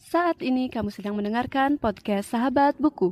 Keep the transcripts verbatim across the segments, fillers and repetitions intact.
Saat ini kamu sedang mendengarkan podcast Sahabat Buku.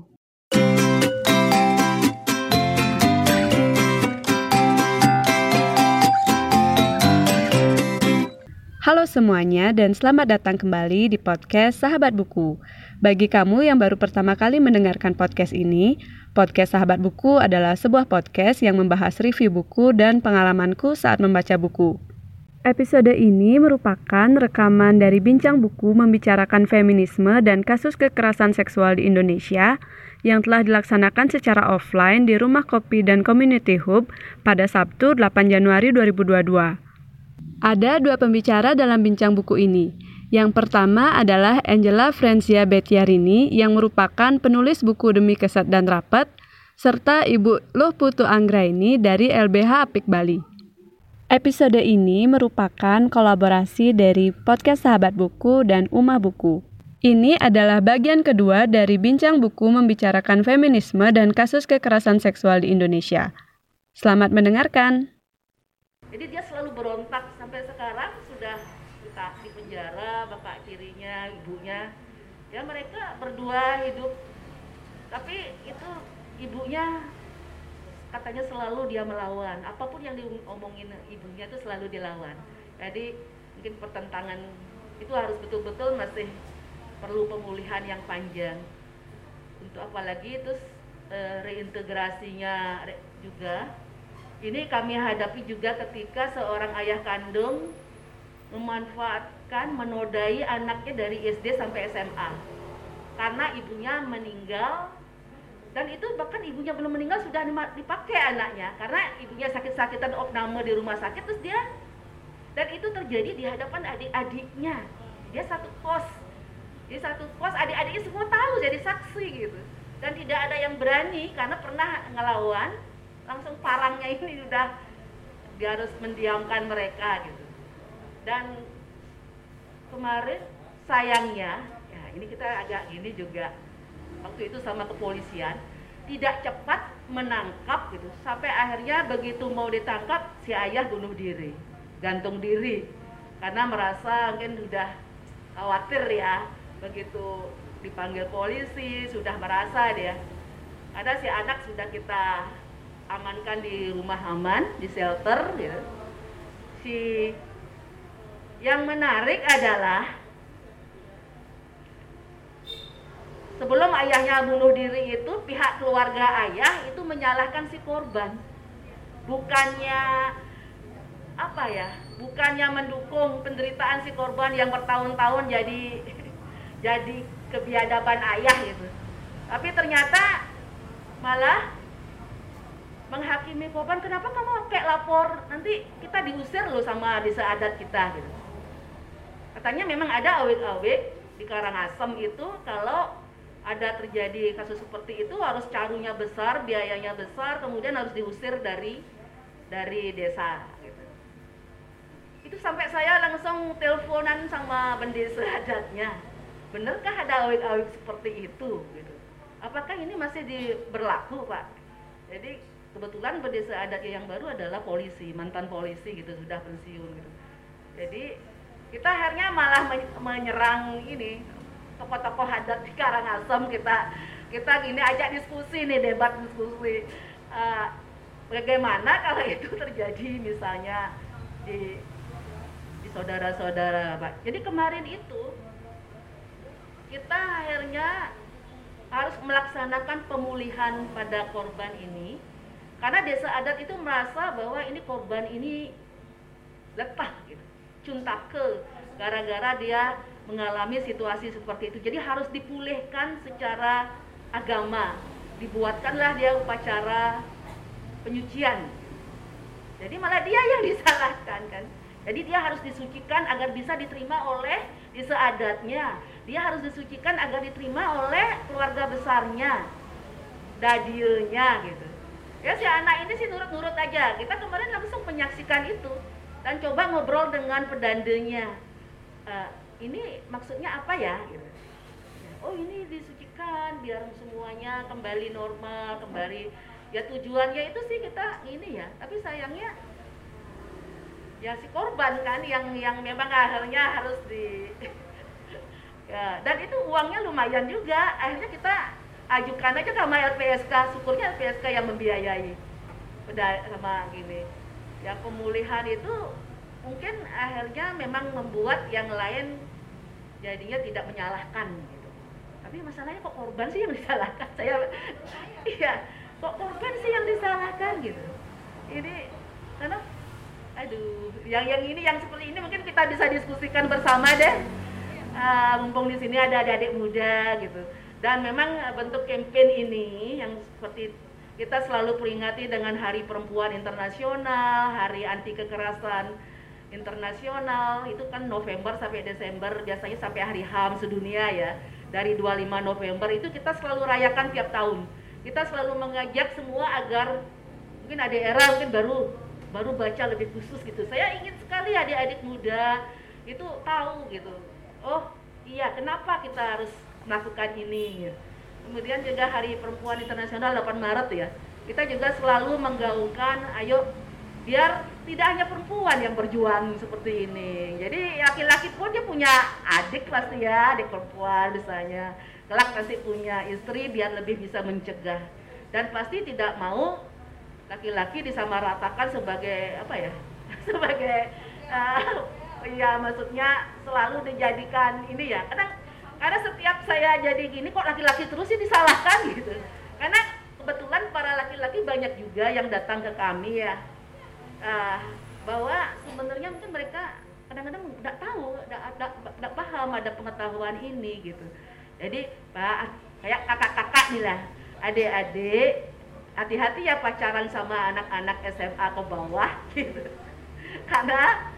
Halo semuanya dan selamat datang kembali di podcast Sahabat Buku. Bagi kamu yang baru pertama kali mendengarkan podcast ini, podcast Sahabat Buku adalah sebuah podcast yang membahas review buku dan pengalamanku saat membaca buku. Episode ini merupakan rekaman dari Bincang Buku membicarakan feminisme dan kasus kekerasan seksual di Indonesia yang telah dilaksanakan secara offline di Rumah Kopi dan Community Hub pada Sabtu delapan Januari dua ribu dua puluh dua. Ada dua pembicara dalam Bincang Buku ini. Yang pertama adalah Angela Francia Bettiarini yang merupakan penulis buku Demi Keset dan Rapet, serta Ibu Luh Putu Anggraini dari L B H Apik Bali. Episode ini merupakan kolaborasi dari podcast Sahabat Buku dan Umah Buku. Ini adalah bagian kedua dari Bincang Buku membicarakan feminisme dan kasus kekerasan seksual di Indonesia. Selamat mendengarkan. Jadi dia selalu berontak sampai sekarang sudah kita di penjara, bapak tirinya, ibunya. Ya mereka berdua hidup, tapi itu ibunya katanya selalu dia melawan, apapun yang diomongin ibunya itu selalu dilawan. Jadi mungkin pertentangan itu harus betul-betul masih perlu pemulihan yang panjang. Untuk apalagi terus e, reintegrasinya juga. Ini kami hadapi juga ketika seorang ayah kandung memanfaatkan menodai anaknya dari S D sampai S M A. Karena ibunya meninggal. Dan itu bahkan ibunya belum meninggal sudah dipakai anaknya karena ibunya sakit-sakitan opname di rumah sakit terus dia, dan itu terjadi di hadapan adik-adiknya. Dia satu kos, dia satu kos, adik-adiknya semua tahu jadi saksi gitu. Dan tidak ada yang berani karena pernah ngelawan, langsung parangnya ini udah dia harus mendiamkan mereka gitu. Dan kemarin sayangnya, ya ini kita agak gini juga. Waktu itu sama kepolisian tidak cepat menangkap gitu, sampai akhirnya begitu mau ditangkap si ayah bunuh diri, gantung diri karena merasa mungkin sudah khawatir ya, begitu dipanggil polisi sudah merasa dia, karena si anak sudah kita amankan di rumah aman, di shelter gitu. Si yang menarik adalah sebelum ayahnya bunuh diri itu, pihak keluarga ayah itu menyalahkan si korban. Bukannya apa ya? Bukannya mendukung penderitaan si korban yang bertahun-tahun jadi jadi kebiadaban ayah gitu. Tapi ternyata malah menghakimi korban, kenapa kamu kayak lapor? Nanti kita diusir loh sama desa adat kita gitu. Katanya memang ada awik-awik di Karangasem itu kalau ada terjadi kasus seperti itu harus carunya besar, biayanya besar, kemudian harus diusir dari dari desa gitu. Itu sampai saya langsung teleponan sama bendesa adatnya. Benarkah ada awik-awik seperti itu gitu? Apakah ini masih di, berlaku, Pak? Jadi kebetulan bendesa adatnya yang baru adalah polisi, mantan polisi gitu, sudah pensiun gitu. Jadi kita akhirnya malah menyerang ini tokoh-tokoh adat di Karangasem, kita kita gini ajak diskusi nih, debat diskusi uh, bagaimana kalau itu terjadi misalnya di di saudara-saudara Pak. Jadi kemarin itu kita akhirnya harus melaksanakan pemulihan pada korban ini karena desa adat itu merasa bahwa ini korban ini letah gitu, cuntake gara-gara dia mengalami situasi seperti itu. Jadi harus dipulihkan secara agama. Dibuatkanlah dia upacara penyucian. Jadi malah dia yang disalahkan kan. Jadi dia harus disucikan agar bisa diterima oleh desa adatnya. Dia harus disucikan agar diterima oleh keluarga besarnya, dadilnya gitu. Ya si anak ini sih nurut-nurut aja. Kita kemarin langsung menyaksikan itu dan coba ngobrol dengan pedandenya. Uh, ini maksudnya apa ya gitu. Oh ini disucikan biar semuanya kembali normal, kembali ya tujuannya itu sih kita ini ya, tapi sayangnya ya si korban kan yang yang memang akhirnya harus di Ya, dan itu uangnya lumayan juga. Akhirnya kita ajukan aja sama L P S K, syukurnya L P S K yang membiayai. Udah sama gini. Ya pemulihan itu mungkin akhirnya memang membuat yang lain jadinya tidak menyalahkan gitu. Tapi masalahnya kok korban sih yang disalahkan? Saya iya, kok korban sih yang disalahkan gitu. Ini karena aduh, yang yang ini yang seperti ini mungkin kita bisa diskusikan bersama deh. Uh, mumpung di sini ada adik-adik muda gitu. Dan memang bentuk campaign ini yang seperti kita selalu peringati dengan Hari Perempuan Internasional, Hari Anti Kekerasan Internasional, itu kan November sampai Desember, biasanya sampai Hari H A M sedunia ya. Dari dua puluh lima November itu kita selalu rayakan tiap tahun. Kita selalu mengajak semua agar mungkin adik era mungkin baru baru baca lebih khusus gitu. Saya ingin sekali adik-adik muda itu tahu gitu. Oh iya, kenapa kita harus melakukan ini? Kemudian juga Hari Perempuan Internasional delapan Maret ya, kita juga selalu menggaungkan, ayo biar tidak hanya perempuan yang berjuang seperti ini. Jadi laki-laki pun dia punya adik pasti ya, adik perempuan misalnya. Kelak nanti punya istri biar lebih bisa mencegah. Dan pasti tidak mau laki-laki disamaratakan sebagai apa ya? sebagai uh, ya maksudnya selalu dijadikan ini ya. Kadang karena setiap saya jadi gini kok laki-laki terus sih disalahkan gitu. Karena kebetulan para laki-laki banyak juga yang datang ke kami ya. Uh, bahwa sebenarnya mungkin mereka kadang-kadang tidak tahu, tidak paham ada pengetahuan ini gitu. Jadi Pak, kayak kakak-kakak nih lah, adik-adik, hati-hati ya pacaran sama anak-anak S M A ke bawah gitu. Karena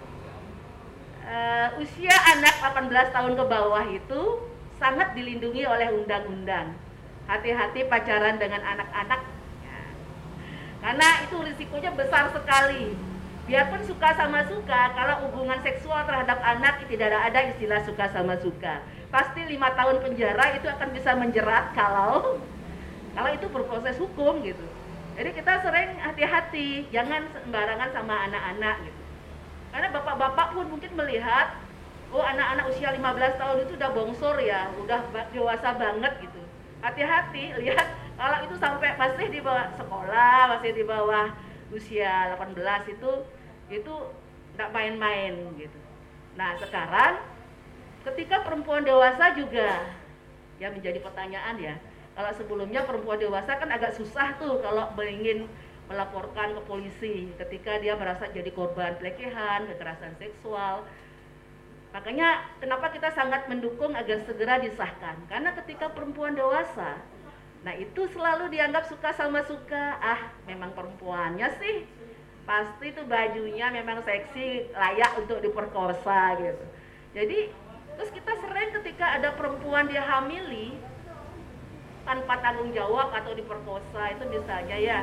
uh, usia anak delapan belas tahun ke bawah itu sangat dilindungi oleh undang-undang. Hati-hati pacaran dengan anak-anak ya. Karena itu risikonya besar sekali. Biarpun suka sama suka, kalau hubungan seksual terhadap anak tidak ada istilah suka sama suka. Pasti lima tahun penjara itu akan bisa menjerat kalau kalau itu berproses hukum gitu. Jadi kita sering hati-hati, jangan sembarangan sama anak-anak gitu. Karena bapak-bapak pun mungkin melihat, oh anak-anak usia lima belas tahun itu udah bongsor ya, udah dewasa banget gitu. Hati-hati, lihat kalau itu sampai masih di bawah sekolah, masih di bawah usia delapan belas itu, itu tidak main-main gitu. Nah sekarang, ketika perempuan dewasa juga, ya menjadi pertanyaan ya, kalau sebelumnya perempuan dewasa kan agak susah tuh kalau ingin melaporkan ke polisi ketika dia merasa jadi korban pelecehan, kekerasan seksual. Makanya kenapa kita sangat mendukung agar segera disahkan. Karena ketika perempuan dewasa, nah itu selalu dianggap suka sama suka. Ah, memang perempuannya sih pasti tuh bajunya memang seksi, layak untuk diperkosa gitu. Jadi terus kita sering ketika ada perempuan dia hamili tanpa tanggung jawab atau diperkosa itu misalnya ya,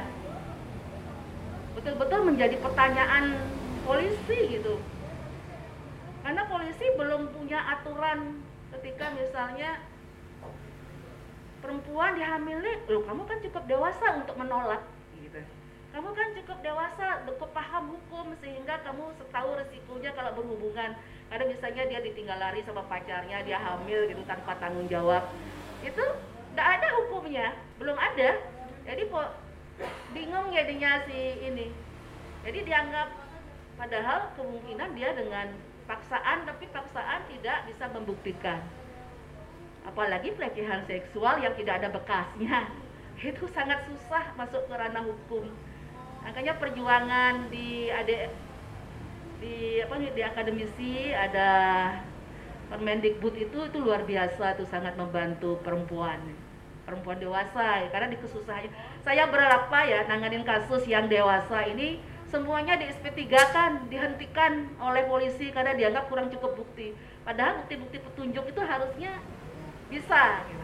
betul-betul menjadi pertanyaan polisi gitu. Karena polisi belum punya aturan ketika misalnya perempuan dihamili, loh kamu kan cukup dewasa untuk menolak gitu. Kamu kan cukup dewasa, cukup paham hukum sehingga kamu tahu resikonya kalau berhubungan. Kadang misalnya dia ditinggal lari sama pacarnya, dia hamil gitu tanpa tanggung jawab. Itu tidak ada hukumnya, belum ada. Jadi kok bingung jadinya si ini. Jadi dianggap padahal kemungkinan dia dengan paksaan, tapi paksaan tidak bisa membuktikan. Apalagi pelecehan seksual yang tidak ada bekasnya. Itu sangat susah masuk ke ranah hukum. Makanya perjuangan di ada di apa di akademisi ada Permendikbud itu itu luar biasa tuh, sangat membantu perempuan perempuan dewasa ya, karena di kesusahannya. Saya berapa ya nanganin kasus yang dewasa ini semuanya di S P tiga kan, dihentikan oleh polisi karena dianggap kurang cukup bukti. Padahal bukti-bukti petunjuk itu harusnya bisa gitu.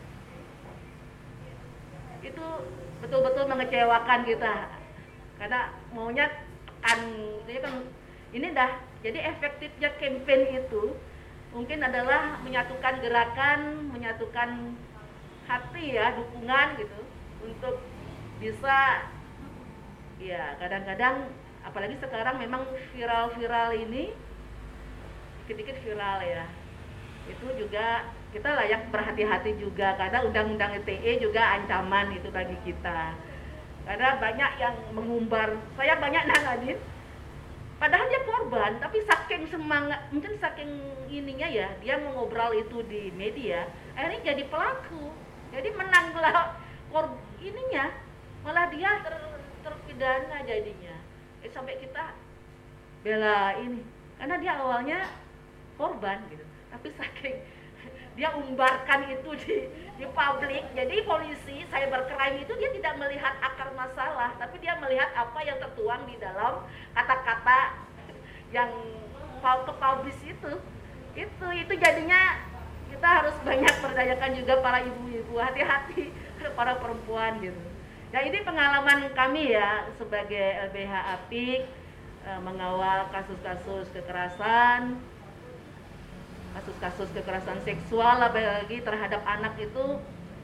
Itu betul-betul mengecewakan kita. Karena maunya kan ini kan ini dah. Jadi efektifnya campaign itu mungkin adalah menyatukan gerakan, menyatukan hati ya, dukungan gitu untuk bisa ya kadang-kadang apalagi sekarang memang viral-viral ini dikit-dikit viral ya. Itu juga kita layak berhati-hati juga karena undang-undang I T E juga ancaman itu bagi kita. Karena banyak yang mengumbar, saya banyak nanganin padahal dia korban, tapi saking semangat, mungkin saking ininya ya, dia mengobrol itu di media, akhirnya jadi pelaku, jadi menanglah kor ininya, malah dia ter, terpidana jadinya. Eh, sampai kita bela ini, karena dia awalnya korban gitu, tapi saking dia umbarkan itu di di publik, jadi polisi cybercrime itu dia tidak melihat akar masalah, tapi dia melihat apa yang tertuang di dalam kata-kata yang kepublis itu. Itu itu jadinya kita harus banyak berdayakan juga para ibu-ibu, hati-hati para perempuan gitu. Ya ini pengalaman kami ya sebagai L B H Apik mengawal kasus-kasus kekerasan, kasus-kasus kekerasan seksual apalagi terhadap anak itu.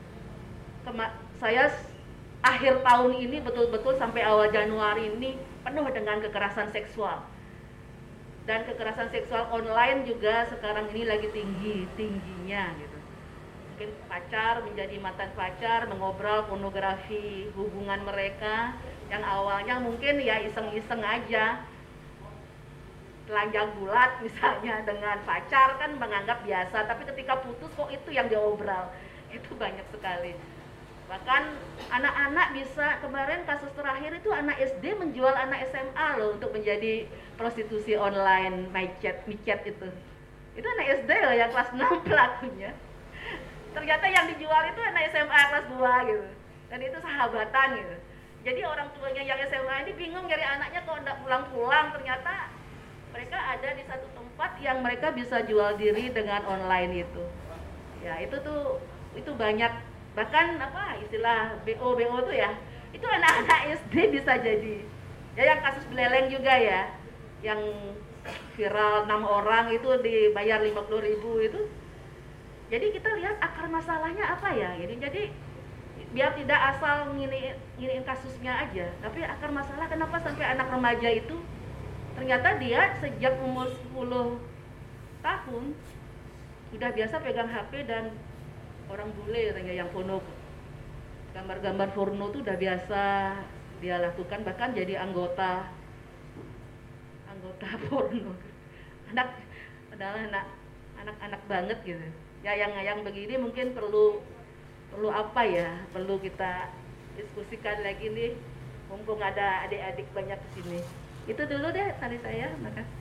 Saya akhir tahun ini betul-betul sampai awal Januari ini penuh dengan kekerasan seksual, dan kekerasan seksual online juga sekarang ini lagi tinggi tingginya gitu. Mungkin pacar menjadi mantan pacar, mengobrol pornografi hubungan mereka yang awalnya mungkin ya iseng-iseng aja, telanjang bulat misalnya dengan pacar kan menganggap biasa, tapi ketika putus kok itu yang diobrol. Itu banyak sekali. Bahkan anak-anak bisa, kemarin kasus terakhir itu anak S D menjual anak S M A loh untuk menjadi prostitusi online, micet, micet itu. Itu anak S D loh yang kelas enam pelakunya. Ternyata yang dijual itu anak S M A kelas dua gitu. Dan itu sahabatan gitu. Jadi orang tuanya yang S M A ini bingung nyari anaknya kok enggak pulang-pulang, ternyata mereka ada di satu tempat yang mereka bisa jual diri dengan online itu. Ya, itu tuh itu banyak. Bahkan apa istilah B O B O tuh ya, itu anak-anak S D bisa jadi. Ya yang kasus beleleng juga ya, yang viral enam orang itu dibayar lima puluh ribu itu. Jadi kita lihat akar masalahnya apa ya. Jadi jadi biar tidak asal ngini nginiin kasusnya aja, tapi akar masalah kenapa sampai anak remaja itu ternyata dia sejak umur sepuluh tahun sudah biasa pegang H P dan orang bule katanya yang porno, gambar-gambar porno tuh udah biasa dia lakukan, bahkan jadi anggota anggota porno. Anak adalah anak anak-anak banget gitu. Ya yang yang begini mungkin perlu perlu apa ya? Perlu kita diskusikan lagi nih, mumpung ada adik-adik banyak di sini. Itu dulu deh dari saya, makasih.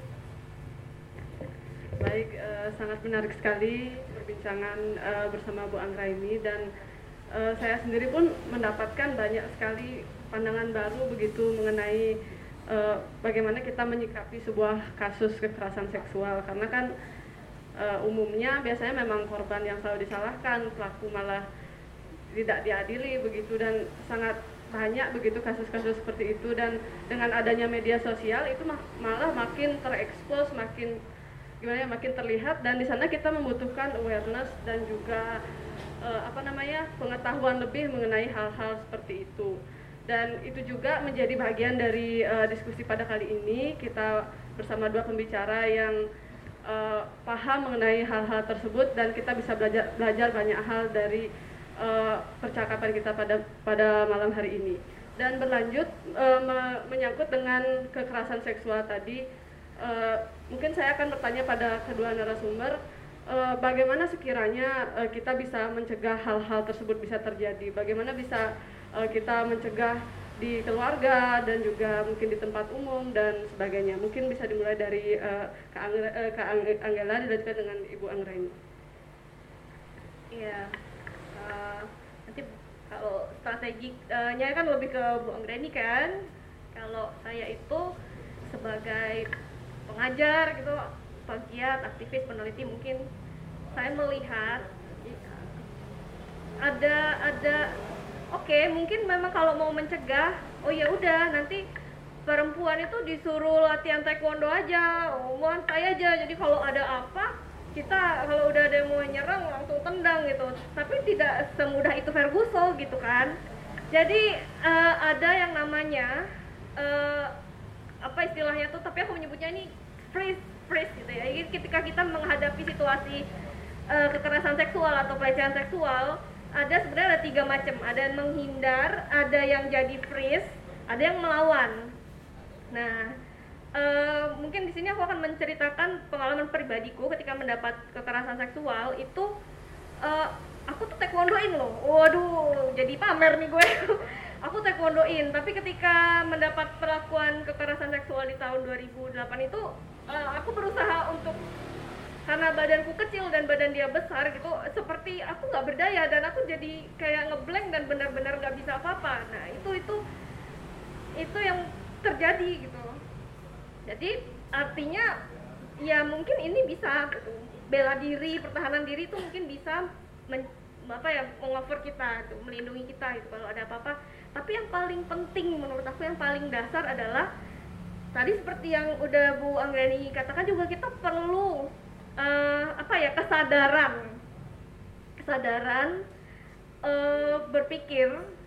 Baik, eh, sangat menarik sekali perbincangan eh, bersama Bu Anggra ini, dan eh, saya sendiri pun mendapatkan banyak sekali pandangan baru begitu mengenai eh, bagaimana kita menyikapi sebuah kasus kekerasan seksual, karena kan eh, umumnya biasanya memang korban yang selalu disalahkan, pelaku malah tidak diadili begitu, dan sangat banyak begitu kasus-kasus seperti itu. Dan dengan adanya media sosial itu malah makin terekspos, makin gimana ya, makin terlihat, dan di sana kita membutuhkan awareness dan juga uh, apa namanya pengetahuan lebih mengenai hal-hal seperti itu. Dan itu juga menjadi bagian dari uh, diskusi pada kali ini. Kita bersama dua pembicara yang uh, paham mengenai hal-hal tersebut, dan kita bisa belajar belajar banyak hal dari uh, percakapan kita pada pada malam hari ini. Dan berlanjut uh, me- menyangkut dengan kekerasan seksual tadi. Uh, mungkin saya akan bertanya pada kedua narasumber, uh, bagaimana sekiranya uh, kita bisa mencegah hal-hal tersebut bisa terjadi, bagaimana bisa uh, kita mencegah di keluarga dan juga mungkin di tempat umum dan sebagainya. Mungkin bisa dimulai dari uh, Kak, Anggra, uh, Kak Anggela, dilanjutkan dengan Ibu Anggraini. Iya, uh, nanti kalau strateginya uh, kan lebih ke Bu Anggraini kan. Kalau saya itu sebagai pengajar gitu, pegiat, aktivis, peneliti, mungkin saya melihat ada ada oke okay, mungkin memang kalau mau mencegah, oh ya udah nanti perempuan itu disuruh latihan taekwondo aja, omongan saya aja, jadi kalau ada apa kita kalau udah ada yang mau nyerang langsung tendang gitu. Tapi tidak semudah itu Ferguson gitu kan. Jadi uh, ada yang namanya uh, apa istilahnya tuh, tapi aku menyebutnya ini freeze freeze gitu ya. Jadi ketika kita menghadapi situasi uh, kekerasan seksual atau pelecehan seksual ada sebenarnya ada tiga macam, ada yang menghindar, ada yang jadi freeze, ada yang melawan. Nah, uh, mungkin di sini aku akan menceritakan pengalaman pribadiku ketika mendapat kekerasan seksual itu. Uh, aku tuh taekwondoin loh, waduh jadi pamer nih gue. Aku taekwondoin, tapi ketika mendapat perlakuan kekerasan seksual di tahun dua ribu delapan itu uh, aku berusaha untuk, karena badanku kecil dan badan dia besar gitu, seperti aku nggak berdaya dan aku jadi kayak ngeblank dan benar-benar nggak bisa apa-apa. Nah itu itu itu yang terjadi gitu. Jadi artinya ya mungkin ini bisa gitu, bela diri, pertahanan diri itu mungkin bisa men, apa ya, mengover kita, gitu, melindungi kita gitu kalau ada apa-apa. Tapi yang paling penting menurut aku, yang paling dasar adalah tadi seperti yang udah Bu Anggreni katakan juga, kita perlu uh, apa ya, kesadaran kesadaran uh, berpikir.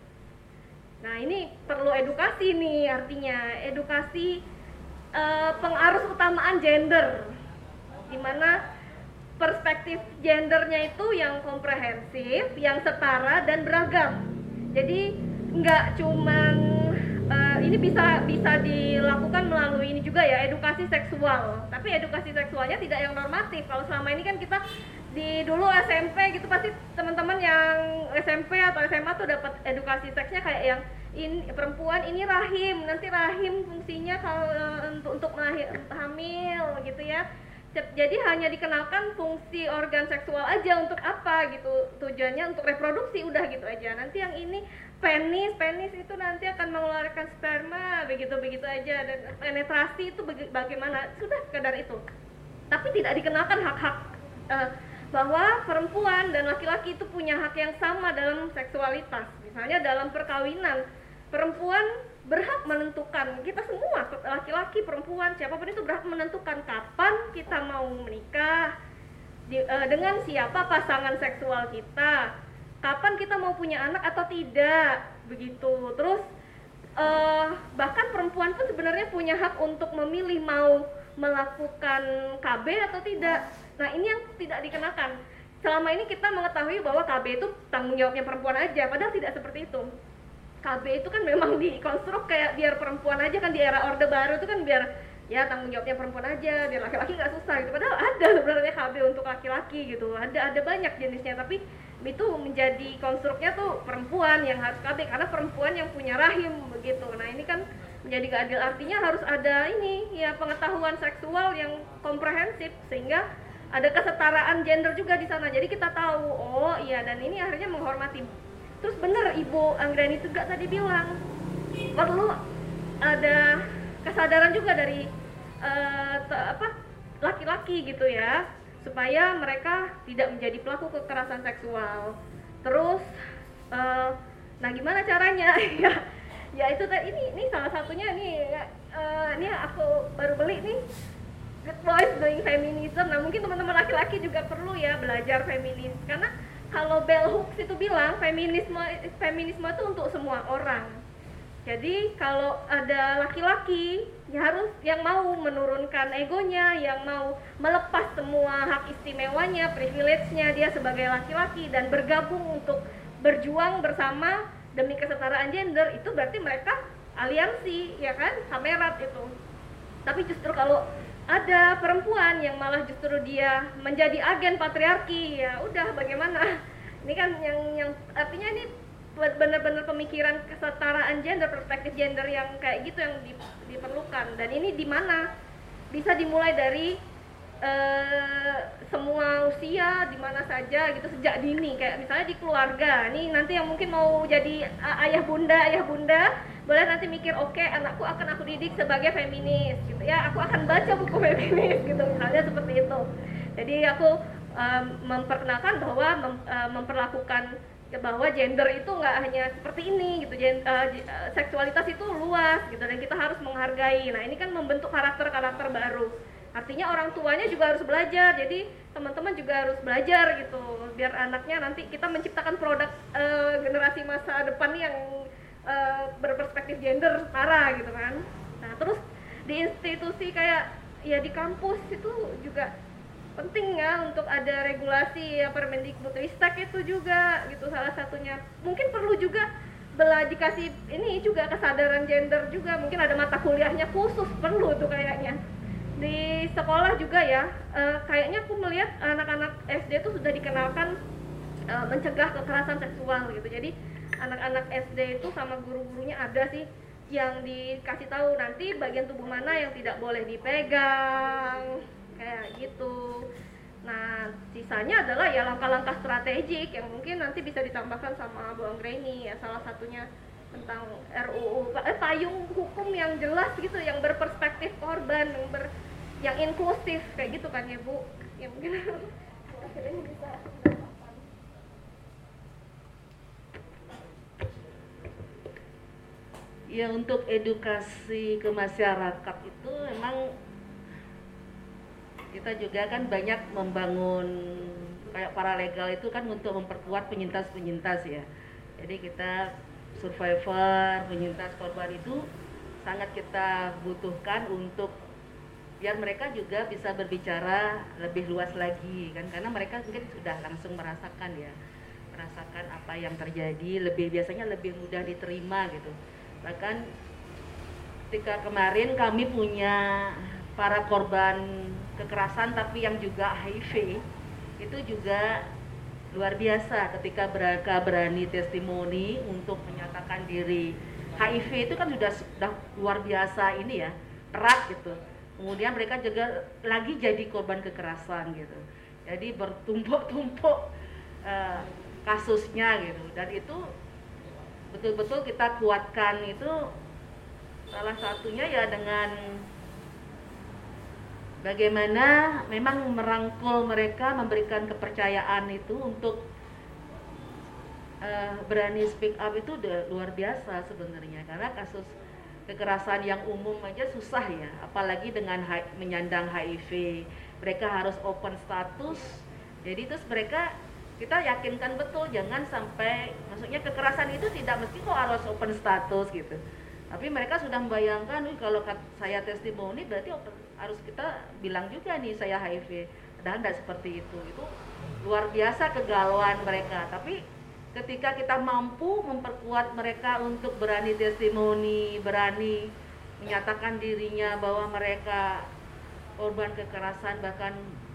Nah ini perlu edukasi nih, artinya edukasi uh, pengarus utamaan gender, dimana perspektif gendernya itu yang komprehensif, yang setara dan beragam. Jadi nggak cuman uh, ini bisa bisa dilakukan melalui ini juga ya, edukasi seksual. Tapi edukasi seksualnya tidak yang normatif. Kalau selama ini kan kita di dulu S M P gitu, pasti teman-teman yang S M P atau S M A tuh dapat edukasi seksnya kayak yang ini, perempuan ini rahim, nanti rahim fungsinya kalau uh, untuk untuk hamil gitu ya. Jadi hanya dikenalkan fungsi organ seksual aja, untuk apa gitu, tujuannya untuk reproduksi, udah gitu aja. Nanti yang ini penis, penis itu nanti akan mengeluarkan sperma, begitu-begitu aja. Dan penetrasi itu bagaimana, sudah sekedar itu. Tapi tidak dikenalkan hak-hak uh, bahwa perempuan dan laki-laki itu punya hak yang sama dalam seksualitas. Misalnya dalam perkawinan, perempuan berhak menentukan, kita semua, laki-laki, perempuan, siapapun itu berhak menentukan kapan kita mau menikah, di, uh, dengan siapa pasangan seksual kita, kapan kita mau punya anak atau tidak, begitu. Terus uh, bahkan perempuan pun sebenarnya punya hak untuk memilih mau melakukan K B atau tidak. Nah ini yang tidak dikenakan. Selama ini kita mengetahui bahwa K B itu tanggung jawabnya perempuan aja, padahal tidak seperti itu. K B itu kan memang dikonstruk kayak biar perempuan aja, kan di era Orde Baru itu kan biar ya tanggung jawabnya perempuan aja, biar laki-laki nggak susah gitu. Padahal ada sebenarnya K B untuk laki-laki gitu, ada ada banyak jenisnya, tapi itu menjadi konstruknya tuh perempuan yang harus K B karena perempuan yang punya rahim begitu. Nah ini kan menjadi gak adil, artinya harus ada ini ya, pengetahuan seksual yang komprehensif sehingga ada kesetaraan gender juga di sana. Jadi kita tahu, oh iya, dan ini akhirnya menghormati. Terus benar Ibu Anggreni juga tadi bilang perlu ada kesadaran juga dari uh, te- apa laki-laki gitu ya, supaya mereka tidak menjadi pelaku kekerasan seksual. Terus uh, nah gimana caranya? ya ya itu tadi, ini ini salah satunya nih uh, ini aku baru beli nih, Good Boys Doing Feminism. Nah mungkin teman-teman laki-laki juga perlu ya belajar feminis, karena kalau Bell Hooks itu bilang feminisme feminisme itu untuk semua orang. Jadi kalau ada laki-laki ya harus yang mau menurunkan egonya, yang mau melepas semua hak istimewanya, privilege-nya dia sebagai laki-laki dan bergabung untuk berjuang bersama demi kesetaraan gender, itu berarti mereka aliansi ya kan, Samerat itu. Tapi justru kalau ada perempuan yang malah justru dia menjadi agen patriarki, ya udah bagaimana? Ini kan yang yang artinya ini benar-benar pemikiran kesetaraan gender, perspektif gender yang kayak gitu yang di, diperlukan. Dan ini di mana bisa dimulai dari uh, semua usia, di mana saja gitu, sejak dini, kayak misalnya di keluarga. Nih nanti yang mungkin mau jadi ayah bunda, ayah bunda boleh nanti mikir, oke okay, anakku akan aku didik sebagai feminis gitu ya, aku akan baca buku feminis gitu misalnya, seperti itu. Jadi aku um, memperkenalkan bahwa mem, uh, memperlakukan bahwa gender itu nggak hanya seperti ini gitu, Gen, uh, seksualitas itu luas gitu dan kita harus menghargai. Nah ini kan membentuk karakter-karakter baru, artinya orang tuanya juga harus belajar, jadi teman-teman juga harus belajar gitu biar anaknya nanti kita menciptakan produk uh, generasi masa depan yang Uh, berperspektif gender setara gitu kan. Nah terus di institusi kayak ya di kampus itu juga penting ya untuk ada regulasi ya, Permendikbudristek itu juga gitu salah satunya. Mungkin perlu juga bela dikasih ini juga kesadaran gender juga, mungkin ada mata kuliahnya khusus, perlu tuh kayaknya di sekolah juga ya. E, kayaknya aku melihat anak-anak S D itu sudah dikenalkan e, mencegah kekerasan seksual gitu. Jadi anak-anak S D itu sama guru-gurunya ada sih yang dikasih tahu nanti bagian tubuh mana yang tidak boleh dipegang kayak gitu. Nah, sisanya adalah ya langkah-langkah strategik yang mungkin nanti bisa ditambahkan sama Bu Anggraini ya, salah satunya tentang R U U eh, payung hukum yang jelas gitu, yang berperspektif korban, yang ber, yang inklusif kayak gitu kan ya Bu. Ya mungkin akhirnya bisa. Ya, untuk edukasi ke masyarakat itu memang kita juga kan banyak membangun kayak paralegal itu kan untuk memperkuat penyintas-penyintas ya. Jadi kita survivor, penyintas korban itu sangat kita butuhkan untuk biar mereka juga bisa berbicara lebih luas lagi kan, karena mereka mungkin sudah langsung merasakan ya, merasakan apa yang terjadi, lebih biasanya lebih mudah diterima gitu. Bahkan ketika kemarin kami punya para korban kekerasan tapi yang juga H I V, itu juga luar biasa ketika mereka berani testimoni untuk menyatakan diri. H I V itu kan sudah sudah luar biasa ini ya, erat gitu. Kemudian mereka juga lagi jadi korban kekerasan gitu. Jadi bertumpuk-tumpuk uh, kasusnya gitu, dan itu betul-betul kita kuatkan. Itu salah satunya ya dengan bagaimana memang merangkul mereka, memberikan kepercayaan itu untuk uh, berani speak up itu udah luar biasa sebenarnya, karena kasus kekerasan yang umum aja susah ya, apalagi dengan H- menyandang H I V. Mereka harus open status, jadi terus mereka kita yakinkan betul jangan sampai, maksudnya kekerasan itu tidak mesti kok harus open status gitu. Tapi mereka sudah membayangkan, wih kalau saya testimoni berarti open, harus kita bilang juga nih saya H I V. Padahal tidak seperti itu. Itu luar biasa kegalauan mereka. Tapi ketika kita mampu memperkuat mereka untuk berani testimoni, berani menyatakan dirinya bahwa mereka korban kekerasan, bahkan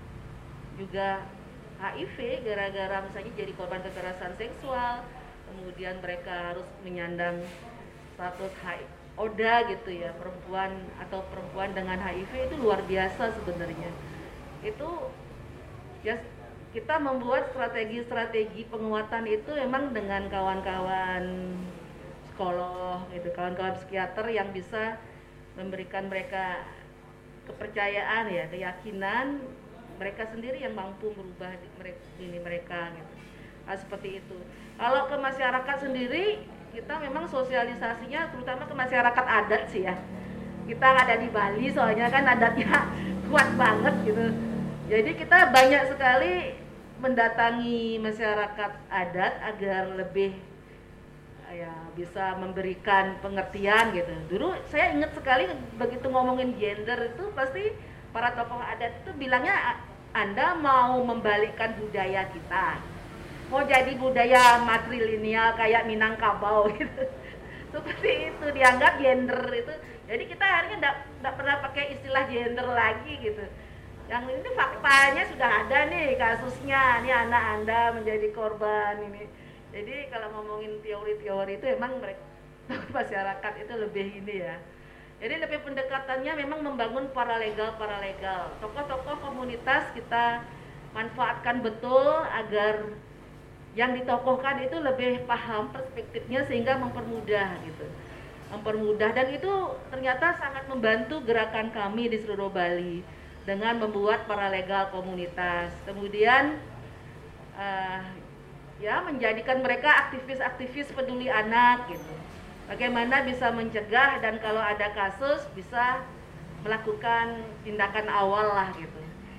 juga H I V gara-gara misalnya jadi korban kekerasan seksual, kemudian mereka harus menyandang status H I V, O D A gitu ya, perempuan atau perempuan dengan H I V, itu luar biasa sebenarnya. Itu ya kita membuat strategi-strategi penguatan itu memang dengan kawan-kawan psikolog gitu, kawan-kawan psikiater yang bisa memberikan mereka kepercayaan ya, keyakinan mereka sendiri yang mampu merubah diri mereka gitu. Nah, seperti itu. Kalau ke masyarakat sendiri, kita memang sosialisasinya terutama ke masyarakat adat sih ya. Kita ada di Bali soalnya kan adatnya kuat banget gitu. Jadi kita banyak sekali mendatangi masyarakat adat agar lebih ya bisa memberikan pengertian gitu. Dulu saya ingat sekali begitu ngomongin gender itu pasti para tokoh adat itu bilangnya, Anda mau membalikkan budaya kita, mau jadi budaya matrilineal kayak Minangkabau gitu. Seperti itu dianggap gender itu. Jadi kita akhirnya enggak pernah pakai istilah gender lagi gitu. Yang ini faktanya sudah ada nih kasusnya, nih anak Anda menjadi korban ini. Jadi kalau ngomongin teori-teori itu emang mereka masyarakat itu lebih ini ya. Jadi lebih pendekatannya memang membangun paralegal-paralegal. Tokoh-tokoh komunitas kita manfaatkan betul agar yang ditokohkan itu lebih paham perspektifnya sehingga mempermudah gitu. Mempermudah, dan itu ternyata sangat membantu gerakan kami di seluruh Bali dengan membuat paralegal komunitas. Kemudian uh, ya menjadikan mereka aktivis-aktivis peduli anak gitu. Bagaimana bisa mencegah dan kalau ada kasus bisa melakukan tindakan awal lah gitu.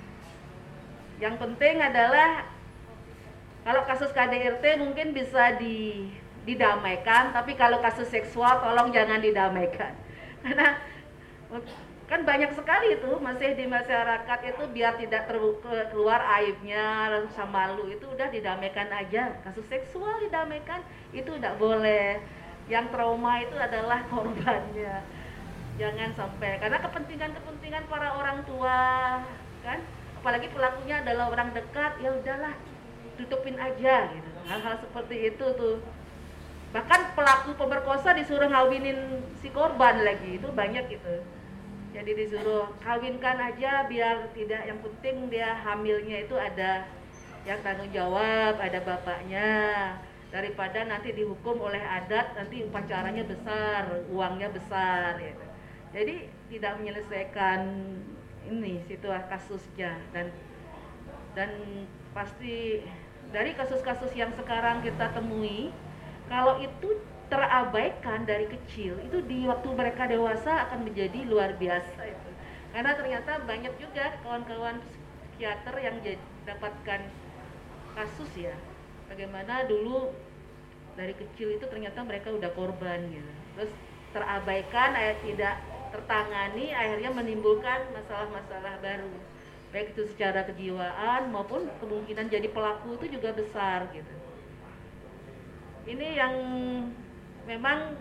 Yang penting adalah kalau kasus K D R T mungkin bisa di, didamaikan, tapi kalau kasus seksual tolong jangan didamaikan. Karena K Kan banyak sekali itu masih di masyarakat itu biar tidak terbuka, keluar aibnya, rasa malu itu udah didamaikan aja. Kasus seksual didamaikan itu tidak boleh. Yang trauma itu adalah korbannya. Jangan sampai, karena kepentingan-kepentingan para orang tua kan, apalagi pelakunya adalah orang dekat, ya udahlah tutupin aja gitu. Hal-hal seperti itu tuh. Bahkan pelaku pemerkosa disuruh ngawinin si korban lagi, itu banyak gitu. Jadi disuruh kawinkan aja biar tidak, yang penting dia hamilnya itu ada yang tanggung jawab, ada bapaknya, daripada nanti dihukum oleh adat, nanti upacaranya besar, uangnya besar gitu. Jadi tidak menyelesaikan ini situasi kasusnya, dan dan pasti dari kasus-kasus yang sekarang kita temui, kalau itu terabaikan dari kecil, itu di waktu mereka dewasa akan menjadi luar biasa itu. Karena ternyata banyak juga kawan-kawan psikiater yang dapatkan kasus ya, bagaimana dulu dari kecil itu ternyata mereka udah korban gitu, terus terabaikan, tidak tertangani, akhirnya menimbulkan masalah-masalah baru, baik itu secara kejiwaan maupun kemungkinan jadi pelaku itu juga besar gitu. Ini yang memang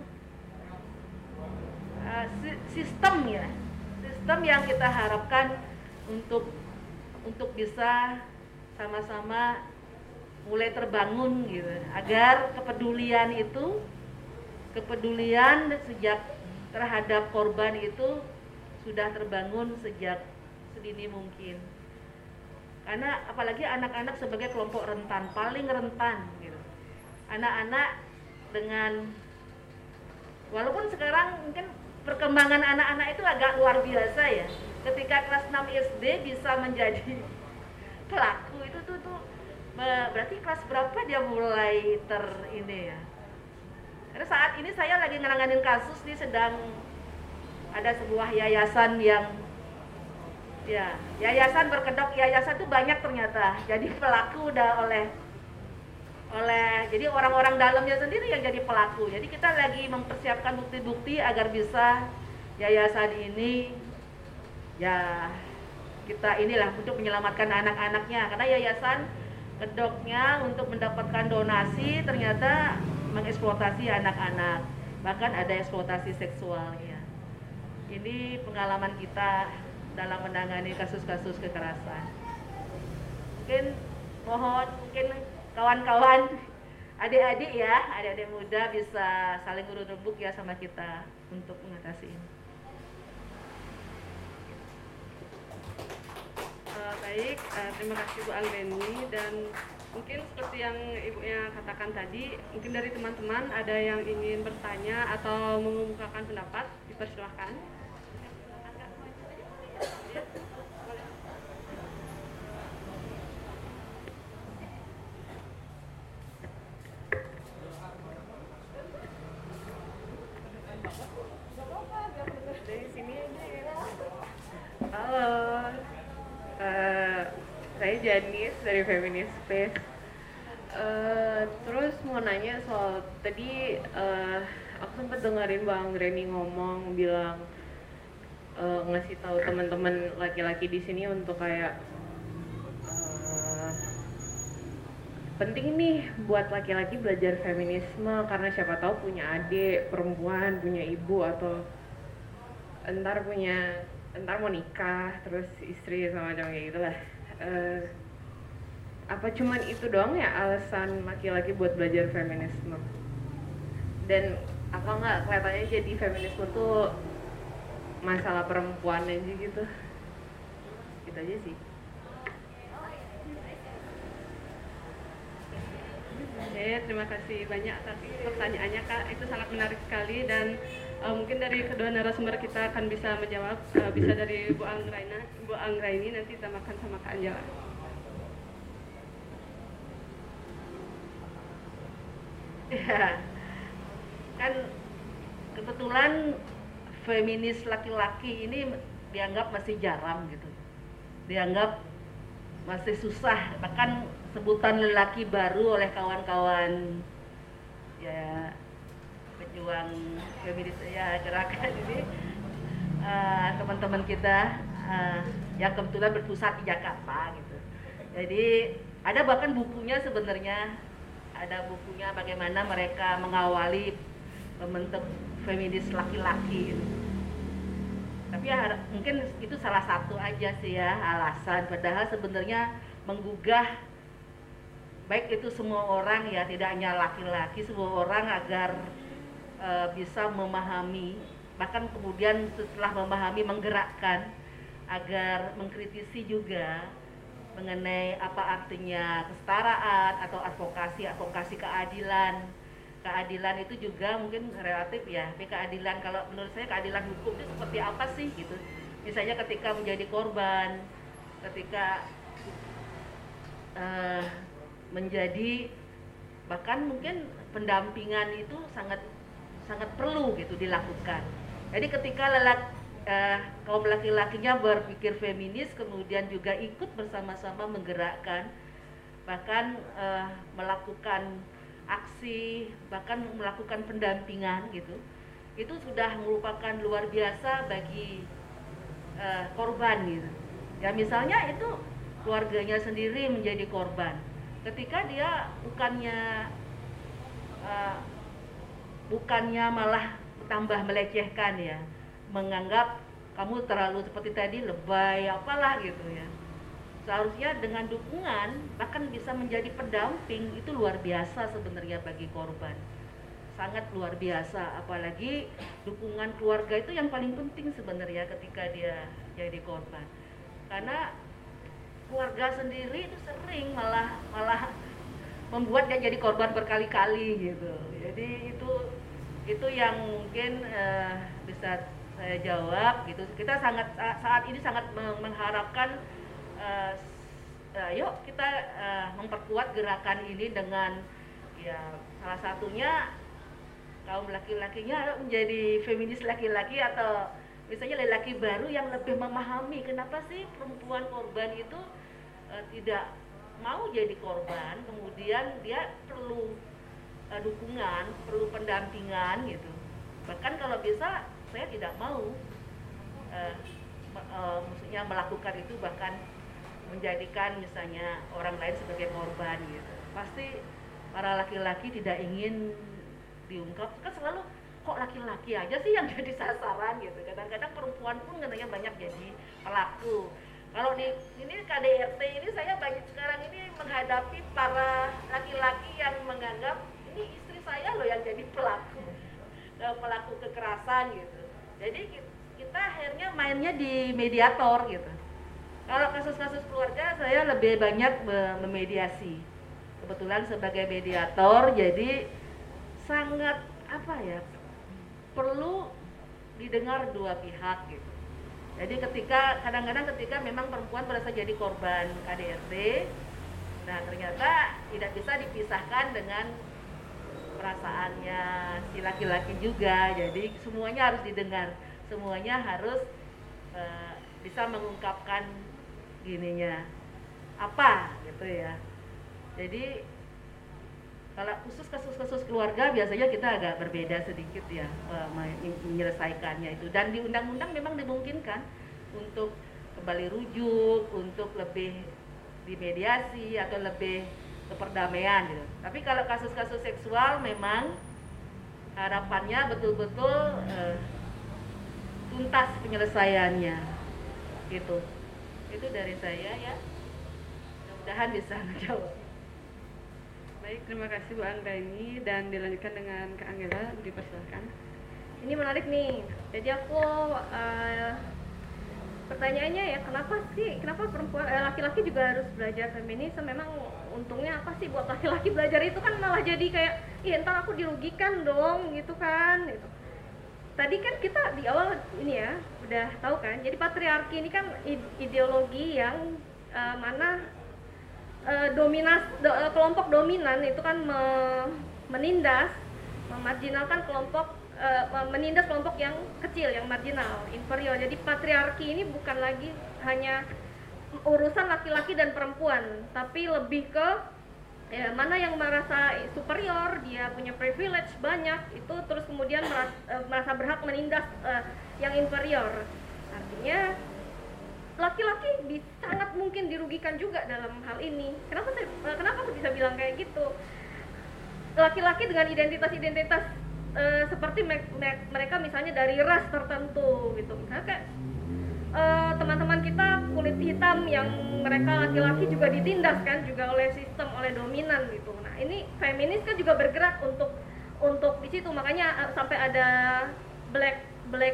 uh, sistem ya, sistem yang kita harapkan untuk untuk bisa sama-sama mulai terbangun gitu, agar kepedulian itu, kepedulian sejak terhadap korban itu sudah terbangun sejak sedini mungkin. Karena apalagi anak-anak sebagai kelompok rentan, paling rentan gitu. Anak-anak dengan, walaupun sekarang mungkin perkembangan anak-anak itu agak luar biasa ya. Ketika kelas enam S D bisa menjadi pelaku itu tuh, tuh berarti kelas berapa dia mulai ter ini ya. Karena saat ini saya lagi ngeranganin kasus nih, sedang ada sebuah yayasan yang ya, yayasan berkedok, yayasan itu banyak ternyata. Jadi pelaku udah oleh oleh jadi orang-orang dalamnya sendiri yang jadi pelaku. Jadi kita lagi mempersiapkan bukti-bukti agar bisa yayasan ini ya kita inilah untuk menyelamatkan anak-anaknya, karena yayasan kedoknya untuk mendapatkan donasi ternyata mengeksploitasi anak-anak, bahkan ada eksploitasi seksualnya. Ini pengalaman kita dalam menangani kasus-kasus kekerasan. Mungkin mohon mungkin kawan-kawan, adik-adik ya, adik-adik muda bisa saling urut rembuk ya sama kita untuk mengatasi ini. Uh, baik, uh, terima kasih Bu Anggreni, dan mungkin seperti yang Ibunya katakan tadi, mungkin dari teman-teman ada yang ingin bertanya atau mengemukakan pendapat, dipersilahkan. Dari sini aja ya. Halo, uh, saya Janis dari Feminist Space. Uh, terus mau nanya soal tadi uh, aku sempat dengerin Bang Reni ngomong bilang uh, ngasih tahu teman-teman laki-laki di sini untuk kayak uh, penting nih buat laki-laki belajar feminisme, karena siapa tahu punya adik perempuan, punya ibu, atau entar punya entar mau nikah terus istri sama macam kayak gitulah. Uh, apa cuman itu doang ya alasan laki-laki buat belajar feminisme? Dan apa nggak kelihatannya jadi feminisme tuh masalah perempuan aja gitu? Gitu aja sih. Oke, terima kasih banyak tapi pertanyaannya Kak, itu sangat menarik sekali, dan uh, mungkin dari kedua narasumber kita akan bisa menjawab. Uh, bisa dari Bu Anggraina, Bu Anggraini, nanti tambahkan sama Kak Anjala. Ya, kan kebetulan feminis laki-laki ini dianggap masih jarang gitu, dianggap masih susah, bahkan sebutan lelaki baru oleh kawan-kawan ya pejuang feminis ya gerakan ini uh, teman-teman kita uh, yang kebetulan berpusat di Jakarta gitu. Jadi ada bahkan bukunya sebenarnya, ada bukunya bagaimana mereka mengawali membentuk feminis laki-laki gitu. Tapi ya mungkin itu salah satu aja sih ya alasan, padahal sebenarnya menggugah baik itu semua orang ya, tidak hanya laki-laki, semua orang agar e, bisa memahami, bahkan kemudian setelah memahami menggerakkan agar mengkritisi juga mengenai apa artinya kesetaraan atau advokasi advokasi keadilan. Keadilan itu juga mungkin relatif ya, tapi keadilan, kalau menurut saya keadilan hukum itu seperti apa sih gitu. Misalnya ketika menjadi korban, ketika uh, menjadi, bahkan mungkin pendampingan itu sangat sangat perlu gitu dilakukan. Jadi ketika lelaki uh, kaum laki-lakinya berpikir feminis, kemudian juga ikut bersama-sama menggerakkan, bahkan uh, melakukan aksi, bahkan melakukan pendampingan gitu, itu sudah merupakan luar biasa bagi uh, korban gitu. Ya misalnya itu keluarganya sendiri menjadi korban, ketika dia bukannya uh, bukannya malah tambah melecehkan ya, menganggap kamu terlalu seperti tadi lebay apalah gitu ya. Seharusnya dengan dukungan, bahkan bisa menjadi pendamping, itu luar biasa sebenarnya bagi korban, sangat luar biasa. Apalagi dukungan keluarga itu yang paling penting sebenarnya ketika dia jadi korban, karena keluarga sendiri itu sering malah malah membuat dia jadi korban berkali-kali gitu. Jadi itu itu yang mungkin uh, bisa saya jawab gitu. Kita sangat saat ini sangat mengharapkan Uh, uh, yuk kita uh, memperkuat gerakan ini dengan ya salah satunya kaum laki-lakinya menjadi feminis laki-laki, atau misalnya laki baru yang lebih memahami kenapa sih perempuan korban itu uh, tidak mau jadi korban, kemudian dia perlu uh, dukungan, perlu pendampingan gitu. Bahkan kalau bisa saya tidak mau uh, uh, maksudnya melakukan itu, bahkan menjadikan misalnya orang lain sebagai korban gitu. Pasti para laki-laki tidak ingin diungkap, kan selalu kok laki-laki aja sih yang jadi sasaran gitu. Kadang-kadang perempuan pun katanya banyak jadi pelaku. Kalau di ini K D R T ini saya banyak sekarang ini menghadapi para laki-laki yang menganggap ini istri saya loh yang jadi pelaku, pelaku kekerasan gitu. Jadi kita akhirnya mainnya di mediator gitu. Kalau kasus-kasus keluarga saya lebih banyak memediasi. Kebetulan sebagai mediator, jadi sangat apa ya, perlu didengar dua pihak gitu. Jadi ketika kadang-kadang ketika memang perempuan merasa jadi korban K D R T, nah ternyata tidak bisa dipisahkan dengan perasaannya si laki-laki juga. Jadi semuanya harus didengar, semuanya harus uh, bisa mengungkapkan gininya apa gitu ya. Jadi kalau khusus kasus-kasus keluarga biasanya kita agak berbeda sedikit ya menyelesaikannya itu, dan di undang-undang memang dimungkinkan untuk kembali rujuk, untuk lebih dimediasi atau lebih ke perdamaian gitu. Tapi kalau kasus-kasus seksual memang harapannya betul-betul eh, tuntas penyelesaiannya gitu. Itu dari saya ya, mudah-mudahan bisa menjawab. Baik, terima kasih Bu Anggraini, dan dilanjutkan dengan Kak Anggela, dipersilakan. Ini menarik nih, jadi aku uh, pertanyaannya ya, kenapa sih, kenapa perempuan, eh, laki-laki juga harus belajar feminisme? Memang untungnya apa sih buat laki-laki belajar itu? Kan malah jadi kayak, ih ntar aku dirugikan dong gitu kan gitu. Tadi kan kita di awal ini ya udah tahu kan, jadi patriarki ini kan ideologi yang uh, mana uh, dominas do, uh, kelompok dominan itu kan me, menindas, memarginalkan kelompok, uh, menindas kelompok yang kecil, yang marginal, inferior. Jadi patriarki ini bukan lagi hanya urusan laki-laki dan perempuan, tapi lebih ke ya mana yang merasa superior, dia punya privilege banyak, itu terus kemudian merasa, uh, merasa berhak menindas uh, yang inferior. Artinya laki-laki bisa, sangat mungkin dirugikan juga dalam hal ini. Kenapa saya, uh, kenapa aku bisa bilang kayak gitu? Laki-laki dengan identitas-identitas uh, seperti me- me- mereka misalnya dari ras tertentu gitu, misalnya kayak Uh, teman-teman kita kulit hitam yang mereka laki-laki juga ditindas kan juga oleh sistem, oleh dominan gitu. Nah ini feminis kan juga bergerak untuk untuk di situ, makanya uh, sampai ada black black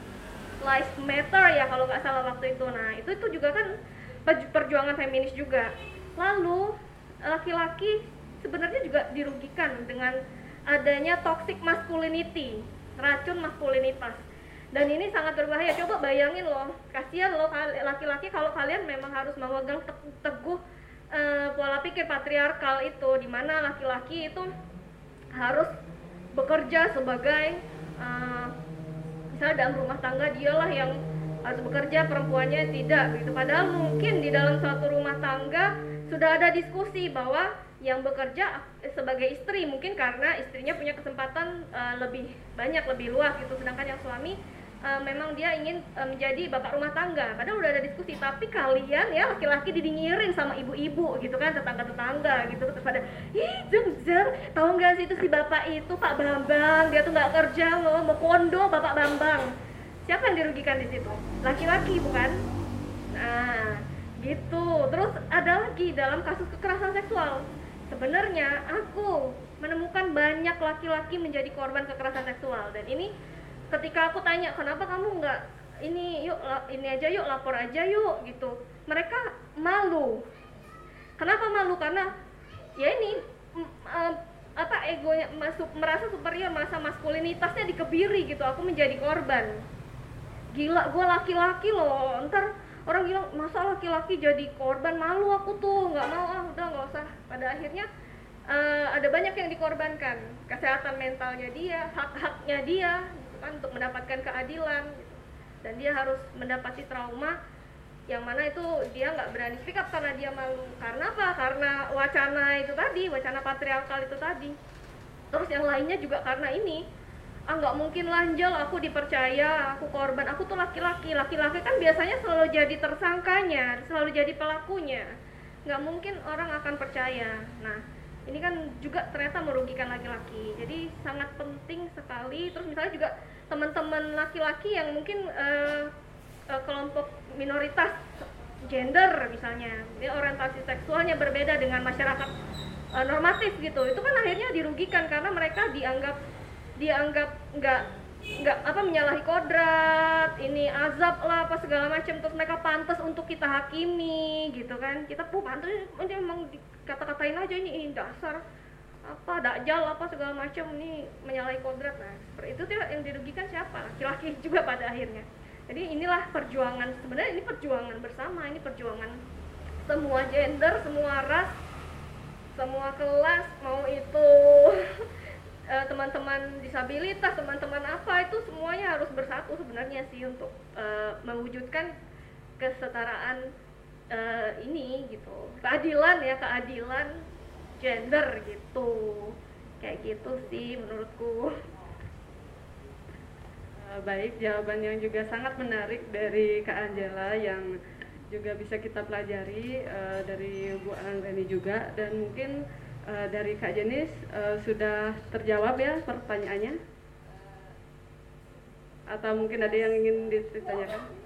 lives matter ya kalau nggak salah waktu itu. Nah itu itu juga kan perjuangan feminis juga. Lalu laki-laki sebenarnya juga dirugikan dengan adanya toxic masculinity, racun maskulinitas. Dan ini sangat berbahaya. Coba bayangin loh, kasihan loh laki-laki kalau kalian memang harus memegang teguh uh, pola pikir patriarkal itu, di mana laki-laki itu harus bekerja sebagai uh, misalnya dalam rumah tangga dialah yang harus bekerja, perempuannya tidak begitu. Padahal mungkin di dalam suatu rumah tangga sudah ada diskusi bahwa yang bekerja sebagai istri mungkin karena istrinya punya kesempatan uh, lebih banyak, lebih luas gitu, sedangkan yang suami Uh, memang dia ingin uh, menjadi bapak rumah tangga. Padahal udah ada diskusi, tapi kalian ya laki-laki didingirin sama ibu-ibu gitu kan, tetangga-tetangga gitu, terus pada ih jengjer, tahu nggak sih itu si bapak itu Pak Bambang, dia tuh nggak kerja loh, mau kondo Bapak Bambang. Siapa yang dirugikan di situ? Laki-laki bukan? Nah gitu. Terus ada lagi dalam kasus kekerasan seksual. Sebenarnya aku menemukan banyak laki-laki menjadi korban kekerasan seksual, dan ini ketika aku tanya kenapa kamu nggak ini yuk ini aja yuk lapor aja yuk gitu, mereka malu. Kenapa malu? Karena ya ini uh, apa egonya masuk, merasa superior, merasa maskulinitasnya dikebiri gitu. Aku menjadi korban. Gila, gue laki-laki loh. Ntar orang bilang masa laki-laki jadi korban, malu aku tuh, nggak mau ah, udah nggak usah. Pada akhirnya uh, ada banyak yang dikorbankan, kesehatan mentalnya dia, hak-haknya dia kan untuk mendapatkan keadilan gitu. Dan dia harus mendapati trauma yang mana itu dia nggak berani speak up karena dia malu. Karena apa? Karena wacana itu tadi, wacana patriarkal itu tadi. Terus yang lainnya juga karena ini, ah nggak mungkin lanjal aku dipercaya, aku korban, aku tuh laki-laki. Laki-laki kan biasanya selalu jadi tersangkanya, selalu jadi pelakunya, nggak mungkin orang akan percaya. Nah ini kan juga ternyata merugikan laki-laki, jadi sangat penting sekali. Terus misalnya juga teman-teman laki-laki yang mungkin uh, uh, kelompok minoritas gender misalnya, dia orientasi seksualnya berbeda dengan masyarakat uh, normatif gitu, itu kan akhirnya dirugikan karena mereka dianggap dianggap nggak nggak apa menyalahi kodrat, ini azab lah apa segala macam, terus mereka pantas untuk kita hakimi gitu kan. Kita pun pantas, ini emang kata-katain aja ini, ini dasar apa dakjal apa segala macam, ini menyalahi kodrat. Nah seperti itu tuh yang dirugikan siapa? Laki-laki juga pada akhirnya. Jadi inilah perjuangan, sebenarnya ini perjuangan bersama, ini perjuangan semua gender, semua ras, semua kelas, mau itu teman-teman disabilitas, teman-teman apa, itu semuanya harus bersatu sebenarnya sih untuk uh, mewujudkan kesetaraan uh, ini gitu, keadilan ya, keadilan gender gitu, kayak gitu sih menurutku. Uh, baik, jawaban yang juga sangat menarik dari Kak Angela yang juga bisa kita pelajari uh, dari Bu Anggreni juga, dan mungkin Uh, dari Kak Jenis uh, sudah terjawab ya pertanyaannya, atau mungkin ada yang ingin ditanyakan?